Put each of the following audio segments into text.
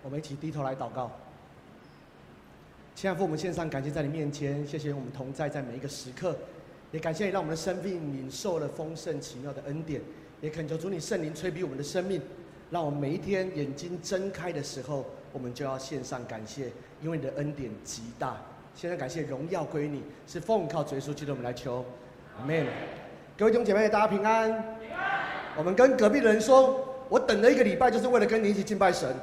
我们一起低头来祷告。亲爱的父，我们献上感谢在你面前，谢谢我们同在在每一个时刻，也感谢你让我们的生命领受了丰盛奇妙的恩典，也恳求主你圣灵吹逼我们的生命，让我们每一天眼睛睁开的时候，我们就要献上感谢，因为你的恩典极大。现在感谢荣耀归你，是奉靠主耶稣基督我们来求，阿们。各位弟兄姐妹，大家平安。平安。我们跟隔壁的人说，我等了1个礼拜，就是为了跟你一起敬拜神。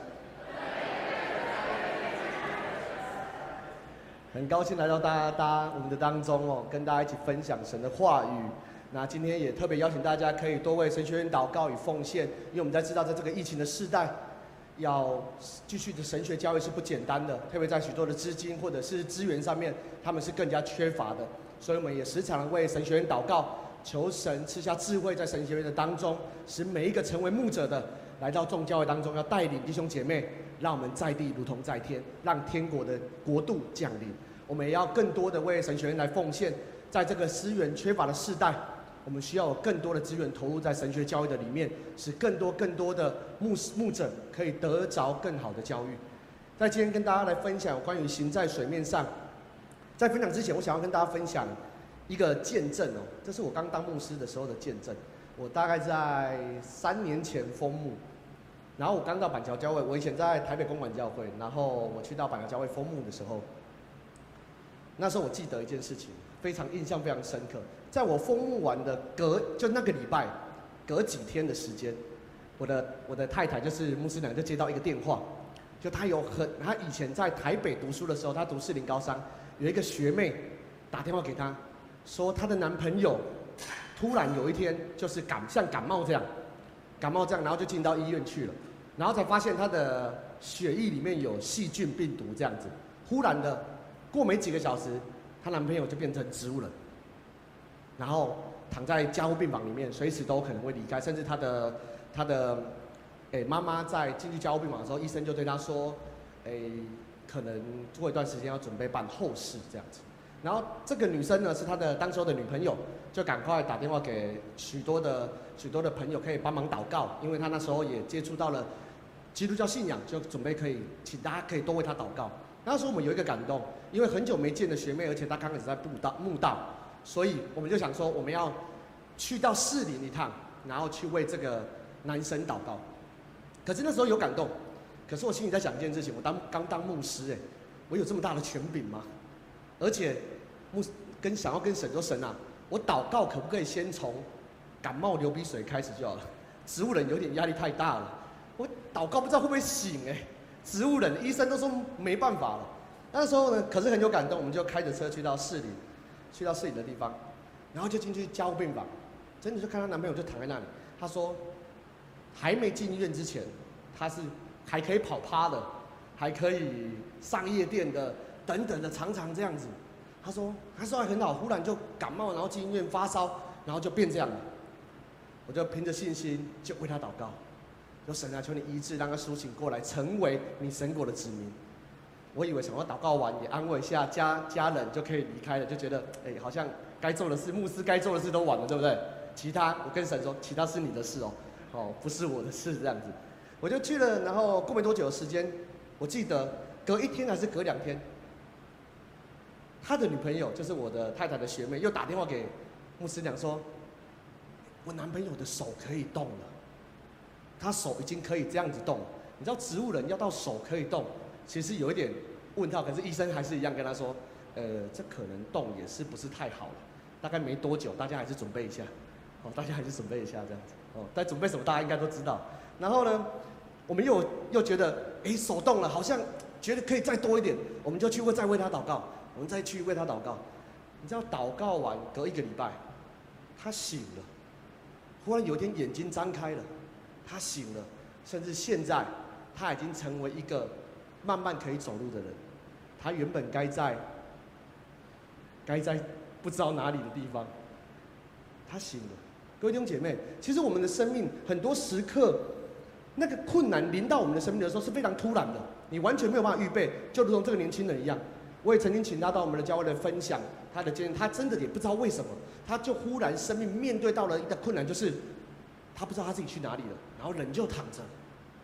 很高兴来到我们的当中哦，跟大家一起分享神的话语。那今天也特别邀请大家可以多为神学院祷告与奉献，因为我们在知道在这个疫情的世代，要继续的神学教育是不简单的，特别在许多的资金或者是资源上面，他们是更加缺乏的。所以我们也时常为神学院祷告，求神赐下智慧，在神学院的当中，使每一个成为牧者的来到众教会当中，要带领弟兄姐妹，让我们在地如同在天，让天国的国度降临。我们也要更多的为神学院来奉献，在这个资源缺乏的世代，我们需要有更多的资源投入在神学教育的里面，使更多的牧者可以得着更好的教育。在今天跟大家来分享关于行在水面上。在分享之前，我想要跟大家分享一个见证哦，这是我刚当牧师的时候的见证。我大概在3年前封牧，然后我刚到板桥教会，我以前在台北公馆教会，然后我去到板桥教会封牧的时候，那时候我记得一件事情，印象非常深刻。在我封牧完的就那个礼拜，隔几天的时间，我的太太就是牧师娘就接到一个电话，就她以前在台北读书的时候，她读士林高商，有一个学妹打电话给她，说她的男朋友突然有一天就是像感冒这样，然后就进到医院去了，然后才发现她的血液里面有细菌病毒这样子，忽然的过没几个小时，她男朋友就变成植物人。然后躺在加护病房里面，随时都可能会离开，甚至他的妈妈在进去加护病房的时候，医生就对他说，可能过一段时间要准备办后事这样子。然后这个女生呢是他的当时候的女朋友，就赶快打电话给许多的朋友可以帮忙祷告，因为他那时候也接触到了基督教信仰，就准备可以请大家可以多为他祷告。那时候我们有一个感动，因为很久没见的学妹，而且她刚开始在慕道。所以我们就想说，我们要去到士林一趟，然后去为这个男生祷告。可是那时候有感动，可是我心里在想一件事情：我刚当牧师，我有这么大的权柄吗？而且想要跟神说，神啊，我祷告可不可以先从感冒流鼻水开始就好了？植物人有点压力太大了，我祷告不知道会不会醒植物人医生都说没办法了。那时候呢，可是很有感动，我们就开着车去到士林的地方，然后就进去加护病房，真的就看她男朋友就躺在那里。她说，还没进医院之前，她是还可以跑趴的，还可以上夜店的，等等的，常常这样子。她说还很好，忽然就感冒，然后进医院发烧，然后就变这样了。我就凭着信心就为她祷告，说神啊，求你医治，让她苏醒过来，成为你神国的子民。我以为想要祷告完也安慰一下家人就可以离开了，就觉得好像该做的事，牧师该做的事都完了，对不对？我跟神说，其他是你的事哦，不是我的事这样子。我就去了，然后过没多久的时间，我记得隔1天还是隔2天，他的女朋友就是我的太太的学妹又打电话给牧师娘说，我男朋友的手可以动了，他手已经可以这样子动了。你知道植物人要到手可以动，其实有一点问号，可是医生还是一样跟他说，这可能动也是不是太好了，大概没多久，大家还是准备一下，大家还是准备一下这样子，但准备什么大家应该都知道。然后呢，我们又觉得，手动了，好像觉得可以再多一点，我们就去再为他祷告，我们再去为他祷告。你知道祷告完隔1个礼拜，他醒了，忽然有一天眼睛张开了，他醒了，甚至现在他已经成为一个慢慢可以走路的人，他原本该在不知道哪里的地方，他醒了。各位弟兄姐妹，其实我们的生命很多时刻，那个困难临到我们的生命的时候是非常突然的，你完全没有办法预备，就如同这个年轻人一样。我也曾经请他到我们的教会来分享他的经验，他真的也不知道为什么，他就忽然生命面对到了一个困难，就是他不知道他自己去哪里了，然后人就躺着。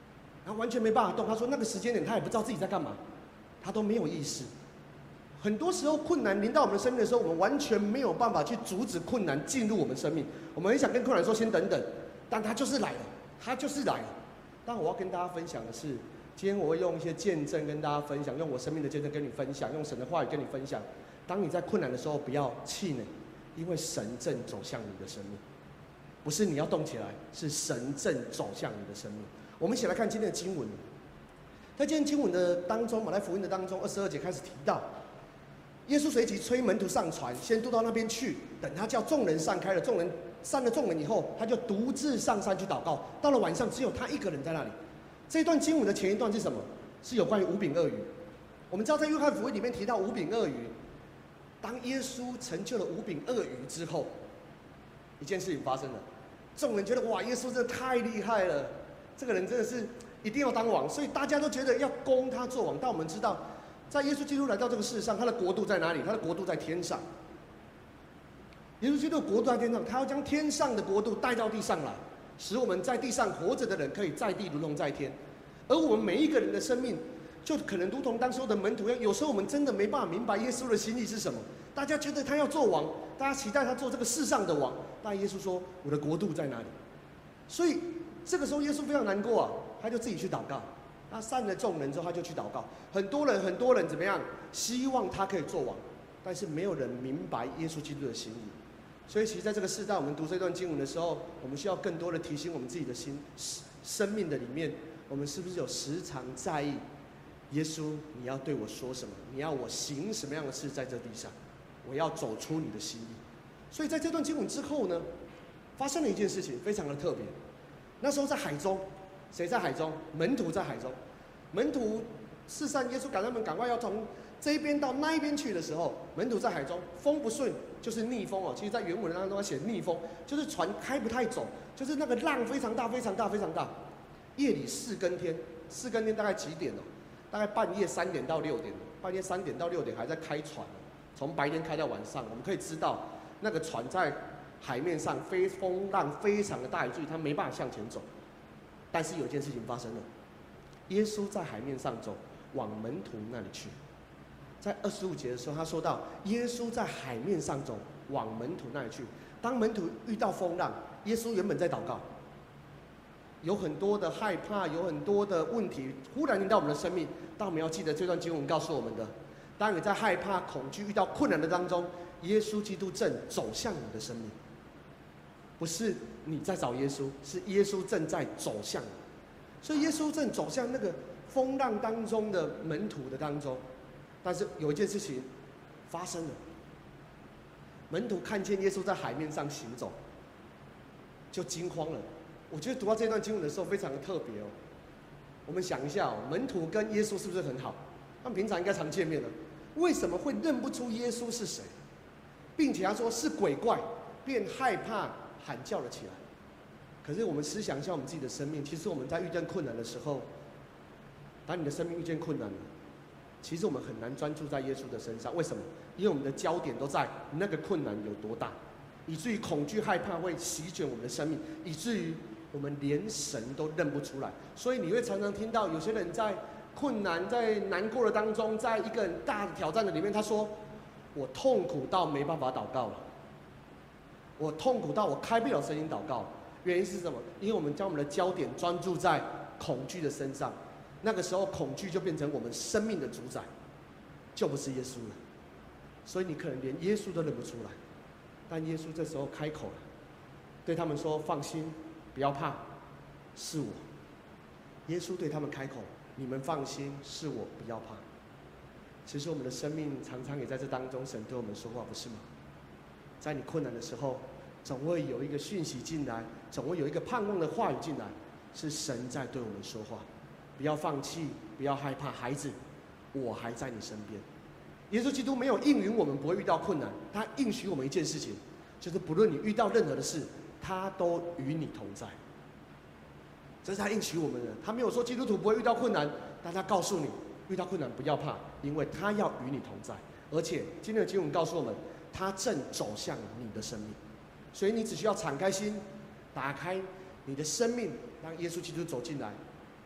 他完全没办法动。他说那个时间点他也不知道自己在干嘛，他都没有意识。很多时候困难临到我们的生命的时候，我们完全没有办法去阻止困难进入我们生命。我们很想跟困难说先等等，但他就是来了，他就是来了。但我要跟大家分享的是，今天我会用一些见证跟大家分享，用我生命的见证跟你分享，用神的话语跟你分享。当你在困难的时候，不要气馁，因为神正走向你的生命，不是你要动起来，是神正走向你的生命。我们一起来看今天的经文。在今天经文的当中，马太福音的当中22节开始提到，耶稣随即催门徒上船，先渡到那边去。等他叫众人散开了，众人散了众人以后，他就独自上山去祷告。到了晚上，只有他一个人在那里。这一段经文的前一段是什么？是有关于五饼二鱼。我们知道在约翰福音里面提到五饼二鱼，当耶稣成就了五饼二鱼之后，一件事情发生了。众人觉得哇，耶稣真的太厉害了，这个人真的是一定要当王，所以大家都觉得要供他做王。但我们知道，在耶稣基督来到这个世上，他的国度在哪里？他的国度在天上。耶稣基督的国度在天上，他要将天上的国度带到地上来，使我们在地上活着的人可以在地如同在天。而我们每一个人的生命，就可能如同当时候的门徒一样，有时候我们真的没办法明白耶稣的心意是什么。大家觉得他要做王，大家期待他做这个世上的王，但耶稣说：“我的国度在哪里？”所以这个时候耶稣非常难过啊，他就自己去祷告。他散了众人之后，他就去祷告。很多人怎么样？希望他可以做王，但是没有人明白耶稣基督的心意。所以，其实在这个世代，我们读这段经文的时候，我们需要更多的提醒我们自己的生命的里面，我们是不是有时常在意耶稣，你要对我说什么？你要我行什么样的事在这地上？我要走出你的心意。所以在这段经文之后呢，发生了一件事情，非常的特别。那时候在海中，谁在海中？门徒在海中。门徒四散，耶稣赶他们赶快要从这一边到那一边去的时候，门徒在海中，风不顺，就是逆风哦。其实，在原文当中写逆风，就是船开不太走，就是那个浪非常大，非常大，非常大。夜里4更天大概几点哦？大概半夜3点到6点，半夜3点到6点还在开船，从白天开到晚上。我们可以知道，那个船在海面上风浪非常的大，以至于它没办法向前走。但是有一件事情发生了，耶稣在海面上走，往门徒那里去。在25节的时候，他说到耶稣在海面上走，往门徒那里去。当门徒遇到风浪，耶稣原本在祷告，有很多的害怕，有很多的问题，忽然临到我们的生命。但我们要记得这段经文告诉我们的：当你在害怕、恐惧、遇到困难的当中，耶稣基督正走向你的生命。不是你在找耶稣，是耶稣正在走向你。所以耶稣正走向那个风浪当中的门徒的当中。但是有一件事情发生了，门徒看见耶稣在海面上行走，就惊慌了。我觉得读到这段经文的时候非常的特别哦。我们想一下哦，门徒跟耶稣是不是很好？他们平常应该常见面的，为什么会认不出耶稣是谁？并且他说是鬼怪，便害怕喊叫了起来。可是我们思想一下我们自己的生命，其实我们在遇见困难的时候，当你的生命遇见困难了，其实我们很难专注在耶稣的身上。为什么？因为我们的焦点都在那个困难有多大，以至于恐惧害怕会席卷我们的生命，以至于我们连神都认不出来。所以你会常常听到有些人在困难、在难过的当中，在一个很大的挑战的里面，他说：“我痛苦到没办法祷告了，我痛苦到我开不了声音祷告。”原因是什么？因为我们将我们的焦点专注在恐惧的身上，那个时候恐惧就变成我们生命的主宰，就不是耶稣了。所以你可能连耶稣都认不出来，但耶稣这时候开口了，对他们说：“放心，不要怕，是我。”耶稣对他们开口：“你们放心，是我，不要怕。”其实我们的生命常常也在这当中，神对我们说话，不是吗？在你困难的时候，总会有一个讯息进来，总会有一个盼望的话语进来，是神在对我们说话。不要放弃，不要害怕，孩子，我还在你身边。耶稣基督没有应允我们不会遇到困难，他应许我们一件事情，就是不论你遇到任何的事，他都与你同在。这是他应许我们的。他没有说基督徒不会遇到困难，但他告诉你，遇到困难不要怕，因为他要与你同在。而且今天的经文告诉我们，他正走向你的生命。所以你只需要敞开心，打开你的生命，让耶稣基督走进来，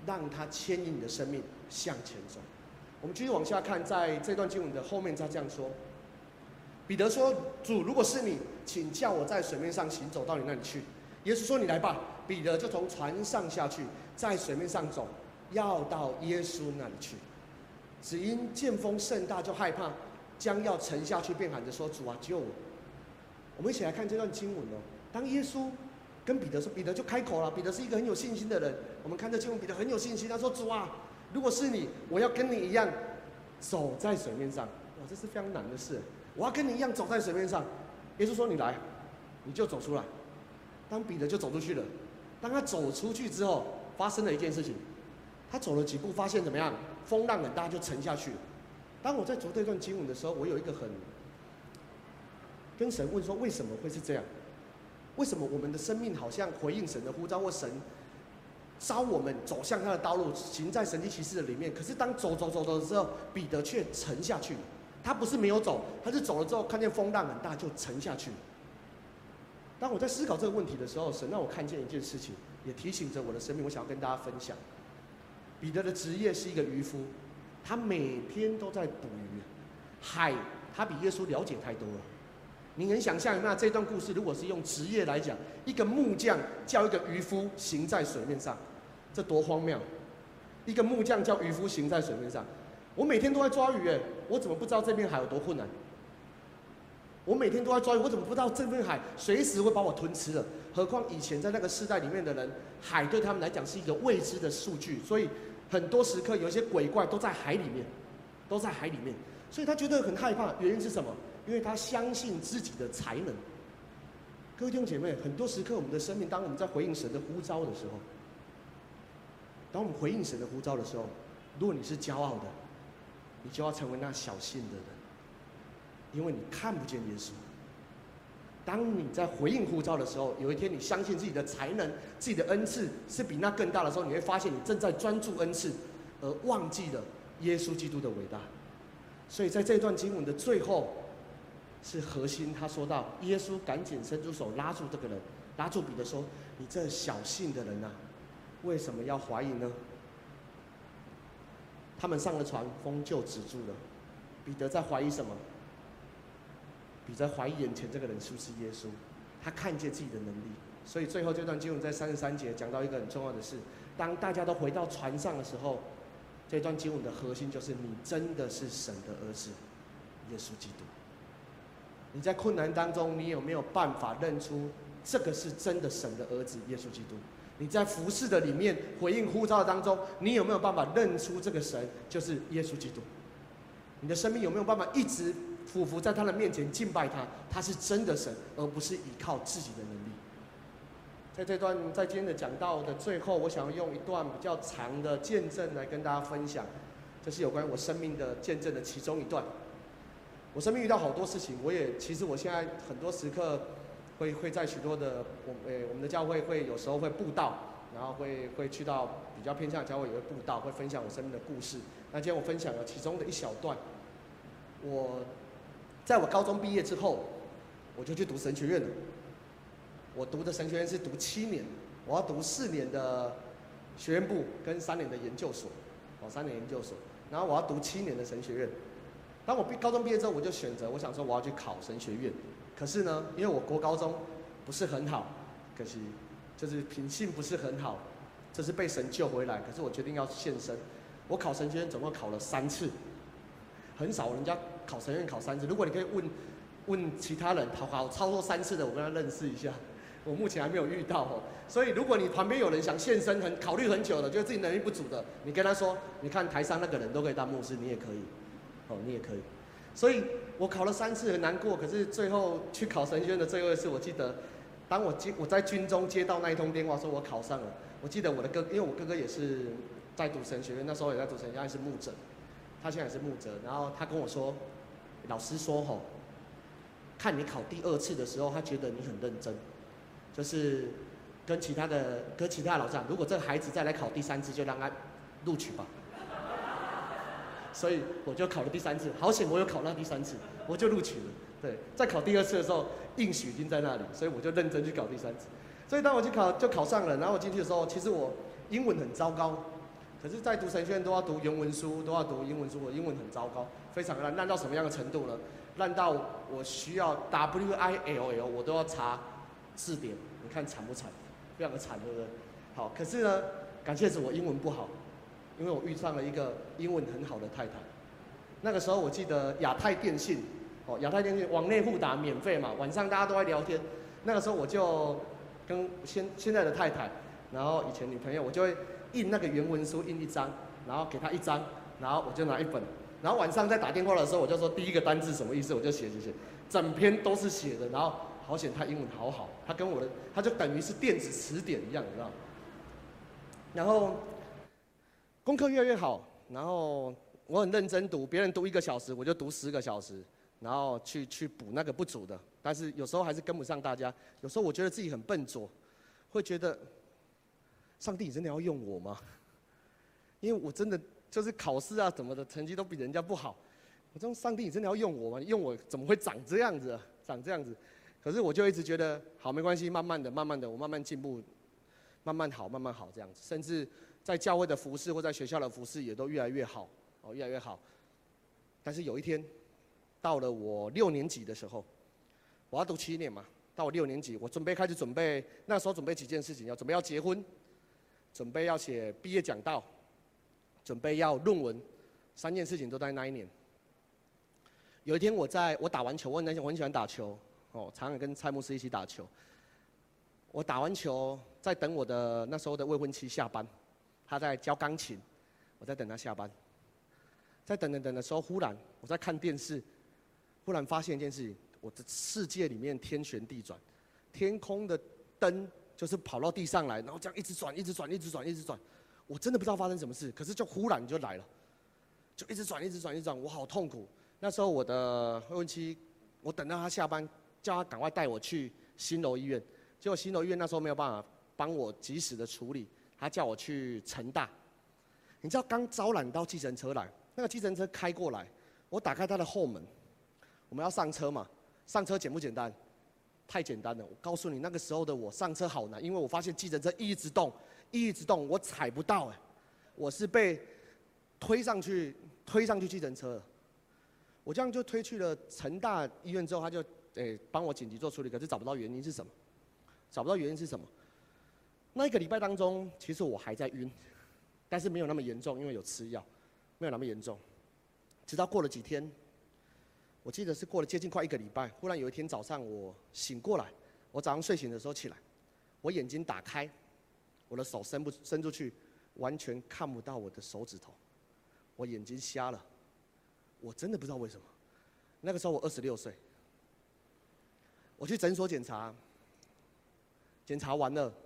让它牵引你的生命向前走。我们继续往下看，在这段经文的后面，他这样说：彼得说：“主，如果是你，请叫我在水面上行走到你那里去。”耶稣说：“你来吧。”彼得就从船上下去，在水面上走，要到耶稣那里去。只因见风甚大，就害怕，将要沉下去，便喊着说：“主啊，救我！”我们一起来看这段经文哦。当耶稣跟彼得说，彼得就开口了。彼得是一个很有信心的人。我们看这经文，彼得很有信心，他说：“主啊，如果是你，我要跟你一样走在水面上。”哇，这是非常难的事。我要跟你一样走在水面上。耶稣说：“你来，你就走出来。”当彼得就走出去了。当他走出去之后，发生了一件事情。他走了几步，发现怎么样？风浪很大，就沉下去了。当我在读这段经文的时候，我有一个跟神问说：为什么会是这样？为什么我们的生命好像回应神的呼召，或神召我们走向他的道路，行在神迹奇事的里面？可是当走的时候，彼得却沉下去了。他不是没有走，他是走了之后看见风浪很大，就沉下去了。当我在思考这个问题的时候，神让我看见一件事情，也提醒着我的生命，我想要跟大家分享。彼得的职业是一个渔夫，他每天都在捕鱼。海，他比耶稣了解太多了。你能想象有没有这段故事？如果是用职业来讲，一个木匠叫一个渔夫行在水面上，这多荒谬！一个木匠叫渔夫行在水面上。我每天都在抓鱼，我怎么不知道这片海有多困难？我每天都在抓鱼，我怎么不知道这片海随时会把我吞吃了？何况以前在那个世代里面的人，海对他们来讲是一个未知的数据，所以很多时刻有一些鬼怪都在海里面，都在海里面，所以他觉得很害怕。原因是什么？因为他相信自己的才能。各位弟兄姐妹，很多时刻我们的生命，当我们在回应神的呼召的时候，当我们回应神的呼召的时候，如果你是骄傲的，你就要成为那小信的人，因为你看不见耶稣。当你在回应呼召的时候，有一天你相信自己的才能、自己的恩赐是比那更大的时候，你会发现你正在专注恩赐，而忘记了耶稣基督的伟大。所以在这段经文的最后是核心，他说到耶稣赶紧伸出手拉住这个人，拉住彼得说：“你这小信的人啊，为什么要怀疑呢？”他们上了船，风就止住了。彼得在怀疑什么？彼得怀疑眼前这个人是不是耶稣？他看见自己的能力。所以最后这段经文在33节讲到一个很重要的事：当大家都回到船上的时候，这段经文的核心就是你真的是神的儿子，耶稣基督。你在困难当中，你有没有办法认出这个是真的神的儿子耶稣基督？你在服侍的里面回应呼召当中，你有没有办法认出这个神就是耶稣基督？你的生命有没有办法一直俯伏在他的面前敬拜他？他是真的神，而不是依靠自己的能力。在今天的讲道的最后，我想要用一段比较长的见证来跟大家分享，这是有关我生命的见证的其中一段。我生命遇到好多事情，其实我现在很多时刻会在许多的我们的教会会有时候会布道，然后会去到比较偏向的教会也会布道，会分享我生命的故事。那今天我分享了其中的一小段。在我高中毕业之后，我就去读神学院了。我读的神学院是读7年，我要读4年的学院部跟3年的研究所，3年研究所，然后我要读7年的神学院。当我高中毕业之后，我就选择，我想说我要去考神学院。可是呢，因为我国高中不是很好，可惜就是品性不是很好，这是被神救回来。可是我决定要献身，我考神学院总共考了3次，很少人家考神学院考3次。如果你可以问其他人考超过3次的，我跟他认识一下。我目前还没有遇到哦。所以如果你旁边有人想献身考虑很久的，觉得自己能力不足的，你跟他说，你看台上那个人都可以当牧师，你也可以，你也可以。所以我考了3次很难过，可是最后去考神学院的最后一次，我记得，当我在军中接到那一通电话说我考上了，我记得我的因为我哥哥也是在读神学院，那时候也在读神学院，他是牧者，他现在也是牧者，然后他跟我说，老师说看你考第2次的时候，他觉得你很认真，就是跟其他的老师讲，如果这个孩子再来考第3次，就让他录取吧。所以我就考了第3次，好险我有考到第3次，我就录取了。对，在考第2次的时候，应许已经在那里，所以我就认真去考第3次。所以当我去考就考上了，然后我进去的时候，其实我英文很糟糕， 可是，在读神学院都要读原文书，都要读英文书，我英文很糟糕，非常烂，烂到什么样的程度呢？烂到我需要 WILL 我都要查字典，你看惨不惨？非常的惨，对不对？好，可是呢，感谢主，我英文不好，因为我遇上了一个英文很好的太太。那个时候我记得亚太电信，亚太电信网内互打免费嘛，晚上大家都在聊天。那个时候我就跟现在的太太，然后以前女朋友，我就会印那个原文书，印一张，然后给她一张，然后我就拿一本，然后晚上在打电话的时候，我就说第一个单字什么意思，我就写，整篇都是写的，然后好险她英文好好，她跟我的，她就等于是电子词典一样，你知道？然后功课越来越好，然后我很认真读，别人读1个小时，我就读10个小时，然后去补那个不足的。但是有时候还是跟不上大家，有时候我觉得自己很笨拙，会觉得上帝你真的要用我吗？因为我真的就是考试啊什么的成绩都比人家不好，我说上帝你真的要用我吗？用我怎么会长这样子啊？长这样子，可是我就一直觉得好没关系，慢慢的我慢慢进步。慢慢好这样子，甚至在教会的服事或在学校的服事也都越来越好，越来越好。但是有一天，到了我6年级的时候，我要读7年嘛，到我6年级，我开始准备，那时候准备几件事情，准备要结婚，准备要写毕业讲道，准备要论文，3件事情都在那一年。有一天我打完球，我很喜欢打球，常常跟蔡牧师一起打球。我打完球，在等我的那时候的未婚妻下班，她在教钢琴，我在等她下班。在等的时候，忽然我在看电视，忽然发现一件事情：我的世界里面天旋地转，天空的灯就是跑到地上来，然后这样一直转，我真的不知道发生什么事，可是就忽然就来了，就一直转，我好痛苦。那时候我的未婚妻，我等到她下班，叫她赶快带我去新楼医院。结果新楼医院那时候没有办法帮我及时的处理，他叫我去成大。你知道刚招揽到计程车来，那个计程车开过来，我打开他的后门，我们要上车嘛，上车简不简单？太简单了。我告诉你，那个时候的我上车好难，因为我发现计程车一直动，我踩不到我是被推上去计程车了。我这样就推去了成大医院之后，他就帮我紧急做处理，可是找不到原因是什么。那1个礼拜当中，其实我还在晕，但是没有那么严重，因为有吃药，没有那么严重。直到过了几天，我记得是过了接近快1个礼拜，忽然有一天早上我醒过来，我早上睡醒的时候起来，我眼睛打开，我的手伸出去，完全看不到我的手指头，我眼睛瞎了，我真的不知道为什么。那个时候我26岁，我去诊所检查。检查完了，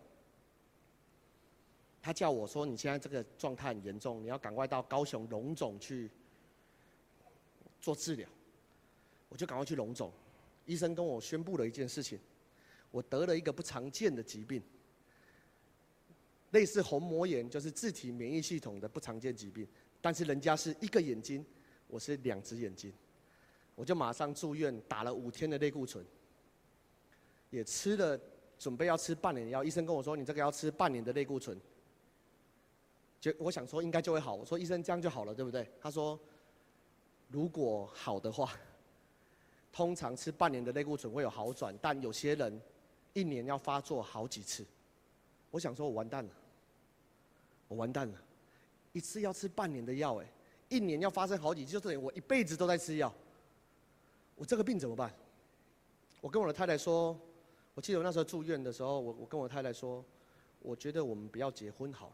他叫我说：“你现在这个状态很严重，你要赶快到高雄荣总去做治疗。”我就赶快去荣总，医生跟我宣布了一件事情：我得了一个不常见的疾病，类似虹膜炎，就是自体免疫系统的不常见疾病。但是人家是1个眼睛，我是2只眼睛，我就马上住院，打了5天的类固醇，也准备要吃半年的药，医生跟我说：“你这个要吃半年的类固醇。”我想说应该就会好，我说医生这样就好了，对不对？他说：“如果好的话，通常吃半年的类固醇会有好转，但有些人1年要发作好几次。”我想说我完蛋了，一次要吃半年的药，1年要发生好几次，就等于我一辈子都在吃药。我这个病怎么办？我跟我的太太说。我记得我那时候住院的时候，我跟我太太说，我觉得我们不要结婚好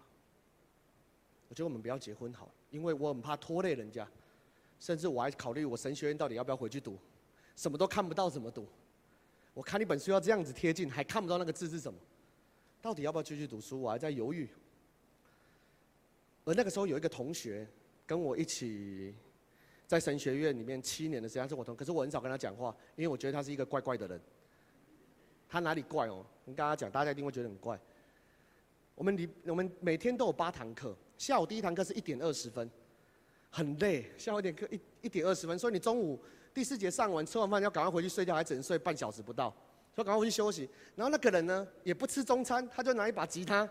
了，因为我很怕拖累人家，甚至我还考虑我神学院到底要不要回去读，什么都看不到怎么读？我看一本书要这样子贴近，还看不到那个字是什么，到底要不要继续读书？我还在犹豫。而那个时候有一个同学跟我一起在神学院里面7年的时间，可是我很少跟他讲话，因为我觉得他是一个怪怪的人。他哪里怪哦？你跟他讲，大家一定会觉得很怪。我们每天都有8堂课，下午第1堂课是1点20分，很累。下午1点20分，所以你中午第4节上完，吃完饭要赶快回去睡觉，还只能睡半小时不到，所以赶快回去休息。然后那个人呢，也不吃中餐，他就拿一把吉他，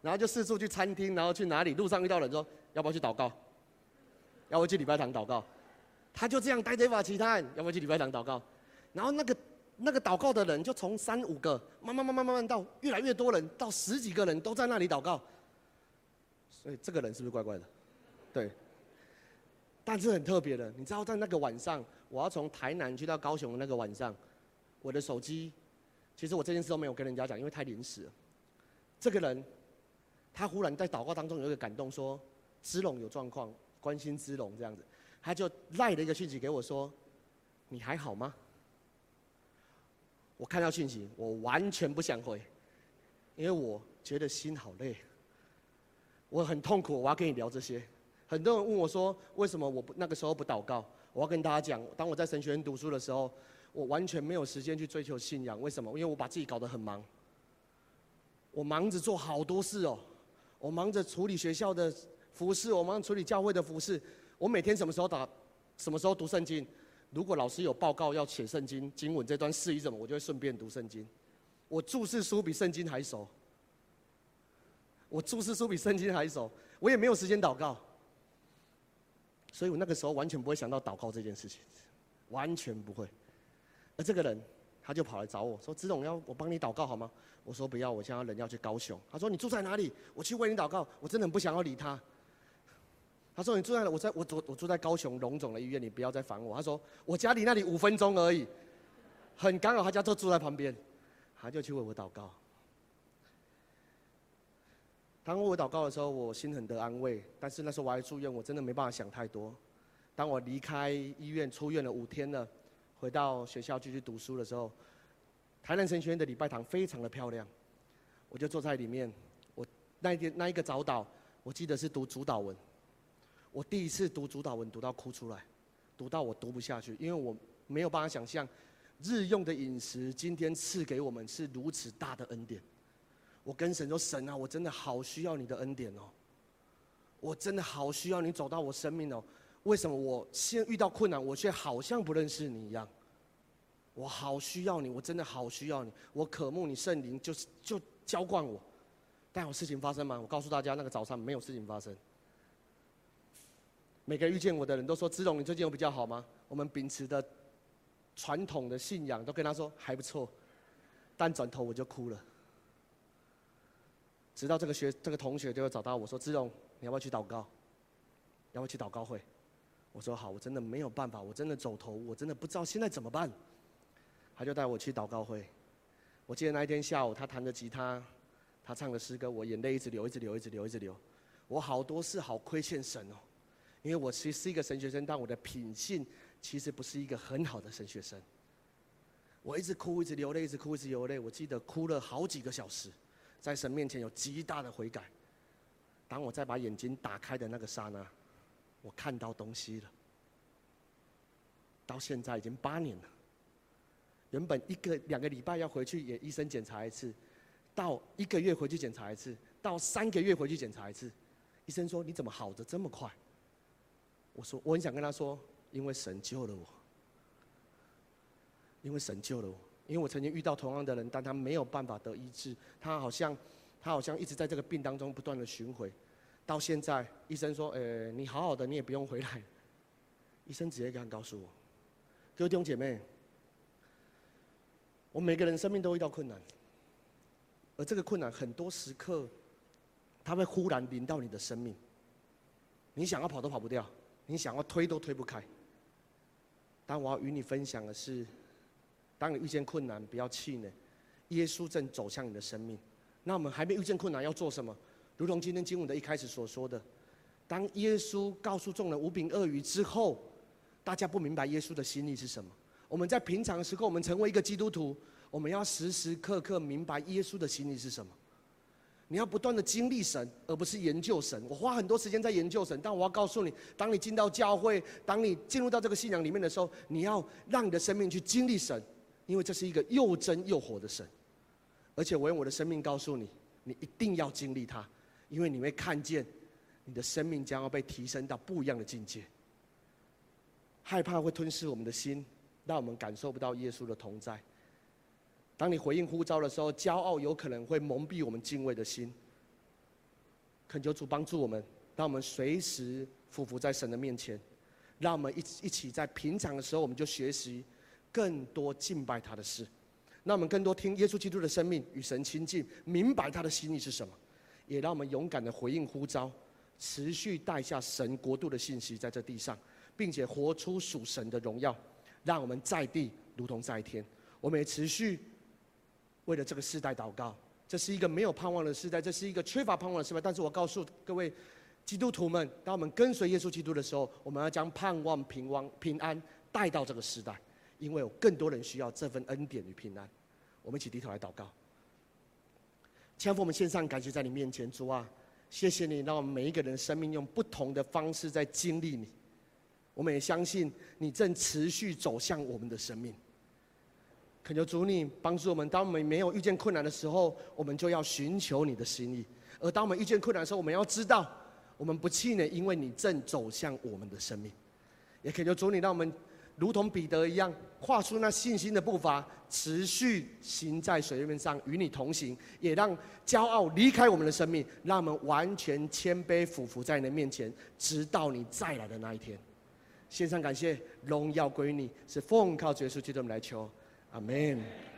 然后就四处去餐厅，然后去哪里，路上遇到人说要不要去祷告，要不要去礼拜堂祷告，他就这样带着一把吉他，要不要去礼拜堂祷告，然后那个祷告的人就从3、5个，慢慢到越来越多人，到10几个人都在那里祷告。所以这个人是不是怪怪的？对。但是很特别的，你知道，在那个晚上，我要从台南去到高雄的那个晚上，我的手机，其实我这件事都没有跟人家讲，因为太临时了。这个人，他忽然在祷告当中有一个感动，说芝龙有状况，关心芝龙这样子，他就赖了一个讯息给我说：“你还好吗？”我看到讯息，我完全不想回，因为我觉得心好累，我很痛苦，我要跟你聊这些。很多人问我说，为什么我那个时候不祷告？我要跟大家讲，当我在神学院读书的时候，我完全没有时间去追求信仰。为什么？因为我把自己搞得很忙，我忙着做好多事哦，我忙着处理学校的服事，我忙着处理教会的服事。我每天什么时候读圣经？如果老师有报告要写圣经经文这段释义什么，我就会顺便读圣经。我注释书比圣经还熟，我也没有时间祷告。所以我那个时候完全不会想到祷告这件事情，完全不会。而这个人他就跑来找我说：“芝龙，我帮你祷告好吗？”我说：“不要，我现在人要去高雄。”他说：“你住在哪里？我去为你祷告。”我真的很不想要理他。他说：“你住在哪？我住在高雄荣总的医院，你不要再烦我。”他说：“我家离那里5分钟而已，很刚好，他家就住在旁边。”他就去为我祷告。当我祷告的时候，我心很得安慰。但是那时候我还住院，我真的没办法想太多。当我离开医院出院了5天了，回到学校继续读书的时候，台南神学院的礼拜堂非常的漂亮，我就坐在里面。我那一个早祷，我记得是读主祷文。我第一次读主祷文，读到哭出来，读到我读不下去，因为我没有办法想象，日用的饮食今天赐给我们是如此大的恩典。我跟神说：“神啊，我真的好需要你的恩典哦，我真的好需要你走到我生命哦。为什么我现在遇到困难，我却好像不认识你一样？我好需要你，我真的好需要你，我渴慕你圣灵，就浇灌我。但有事情发生吗？我告诉大家，那个早上没有事情发生。每个遇见我的人都说：‘芝龙，你最近有比较好吗？’我们秉持的传统的信仰都跟他说还不错，但转头我就哭了。直到这个同学就会找到我说：‘芝龙，你要不要去祷告？要不要去祷告会？’我说好，我真的没有办法，我真的走投，我真的不知道现在怎么办。他就带我去祷告会。我记得那一天下午，他弹着吉他，他唱的诗歌，我眼泪一直流。我好多事好亏欠神哦，因为我其实是一个神学生，但我的品性其实不是一个很好的神学生。我一直哭，一直流泪。我记得哭了好几个小时。在神面前有极大的悔改。当我再把眼睛打开的那个刹那，我看到东西了。到现在已经8年了。原本1个2个礼拜要回去也医生检查一次，到1个月回去检查一次，到3个月回去检查一次。医生说：“你怎么好得这么快？”我说：“我很想跟他说，因为神救了我。因为神救了我。”因为我曾经遇到同样的人，但他没有办法得医治，他好像一直在这个病当中不断的巡回，到现在医生说：“你好好的，你也不用回来。”医生直接这样告诉我。各位弟兄姐妹，我们每个人生命都遇到困难，而这个困难很多时刻，它会忽然临到你的生命，你想要跑都跑不掉，你想要推都推不开。但我要与你分享的是，当你遇见困难，不要气馁，耶稣正走向你的生命。那我们还没遇见困难，要做什么？如同今天经文的一开始所说的，当耶稣告诉众人5饼2鱼之后，大家不明白耶稣的心意是什么。我们在平常的时候，我们成为一个基督徒，我们要时时刻刻明白耶稣的心意是什么。你要不断的经历神，而不是研究神。我花很多时间在研究神，但我要告诉你，当你进到教会，当你进入到这个信仰里面的时候，你要让你的生命去经历神。因为这是一个又真又活的神，而且我用我的生命告诉你，你一定要经历它，因为你会看见你的生命将要被提升到不一样的境界。害怕会吞噬我们的心，让我们感受不到耶稣的同在。当你回应呼召的时候，骄傲有可能会蒙蔽我们敬畏的心。 恳求主帮助我们，让我们随时俯伏在神的面前，让我们一起在平常的时候，我们就学习更多敬拜他的事，让我们更多听耶稣基督的生命，与神亲近，明白他的心意是什么，也让我们勇敢的回应呼召，持续带下神国度的信息在这地上，并且活出属神的荣耀，让我们在地如同在天。我们也持续为了这个世代祷告。这是一个没有盼望的时代，这是一个缺乏盼望的时代。但是我告诉各位基督徒们，当我们跟随耶稣基督的时候，我们要将盼望、平安带到这个时代，因为有更多人需要这份恩典与平安。我们一起低头来祷告。亲爱的父，我们献上感谢在你面前，主啊，谢谢你让我们每一个人的生命用不同的方式在经历你。我们也相信你正持续走向我们的生命。恳求主你帮助我们，当我们没有遇见困难的时候，我们就要寻求你的心意；而当我们遇见困难的时候，我们要知道，我们不气馁，因为你正走向我们的生命。也恳求主你让我们如同彼得一样，跨出那信心的步伐，持续行在水面上，与你同行，也让骄傲离开我们的生命，让我们完全谦卑俯伏在你的面前，直到你再来的那一天。献上感谢，荣耀归于你，是奉靠主耶稣基督来求。Amen.